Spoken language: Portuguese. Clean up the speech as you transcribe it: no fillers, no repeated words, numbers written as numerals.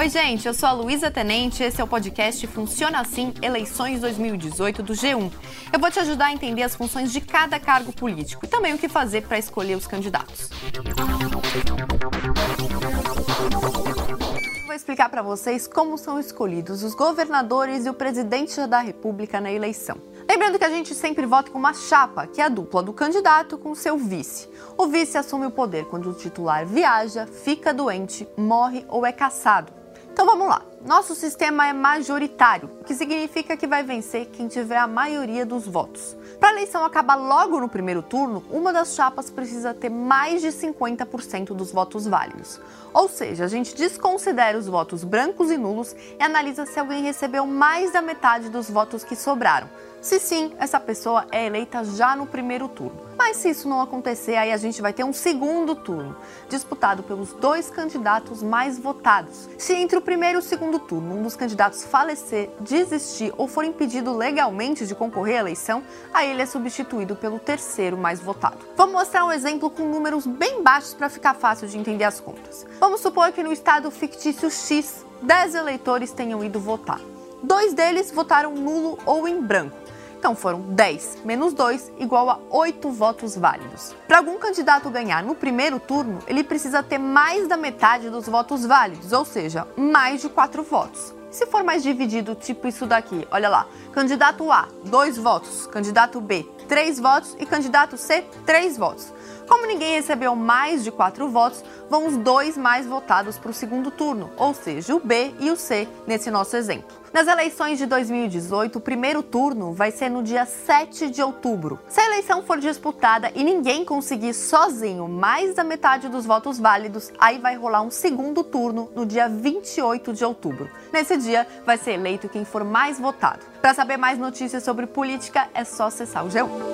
Oi gente, eu sou a Luísa Tenente e esse é o podcast Funciona Assim, Eleições 2018 do G1. Eu vou te ajudar a entender as funções de cada cargo político e também o que fazer para escolher os candidatos. Vou explicar para vocês como são escolhidos os governadores e o presidente da República na eleição. Lembrando que a gente sempre vota com uma chapa, que é a dupla do candidato com seu vice. O vice assume o poder quando o titular viaja, fica doente, morre ou é cassado. Então vamos lá. Nosso sistema é majoritário, o que significa que vai vencer quem tiver a maioria dos votos. Para a eleição acabar logo no primeiro turno, uma das chapas precisa ter mais de 50% dos votos válidos. Ou seja, a gente desconsidera os votos brancos e nulos e analisa se alguém recebeu mais da metade dos votos que sobraram. Se sim, essa pessoa é eleita já no primeiro turno. Mas se isso não acontecer, aí a gente vai ter um segundo turno, disputado pelos dois candidatos mais votados. Se entre o primeiro e o segundo turno um dos candidatos falecer, desistir ou for impedido legalmente de concorrer à eleição, aí ele é substituído pelo terceiro mais votado. Vamos mostrar um exemplo com números bem baixos para ficar fácil de entender as contas. Vamos supor que no estado fictício X, 10 eleitores tenham ido votar. 2 deles votaram nulo ou em branco. Então foram 10 menos 2 igual a 8 votos válidos. Para algum candidato ganhar no primeiro turno, ele precisa ter mais da metade dos votos válidos, ou seja, mais de 4 votos. Se for mais dividido, tipo isso daqui, olha lá, candidato A, 2 votos, candidato B, 3 votos e candidato C, 3 votos. Como ninguém recebeu mais de 4 votos, vão os 2 mais votados para o segundo turno, ou seja, o B e o C nesse nosso exemplo. Nas eleições de 2018, o primeiro turno vai ser no dia 7 de outubro. Se a eleição for disputada e ninguém conseguir sozinho mais da metade dos votos válidos, aí vai rolar um segundo turno no dia 28 de outubro. Nesse dia, vai ser eleito quem for mais votado. Para saber mais notícias sobre política, é só acessar o G1.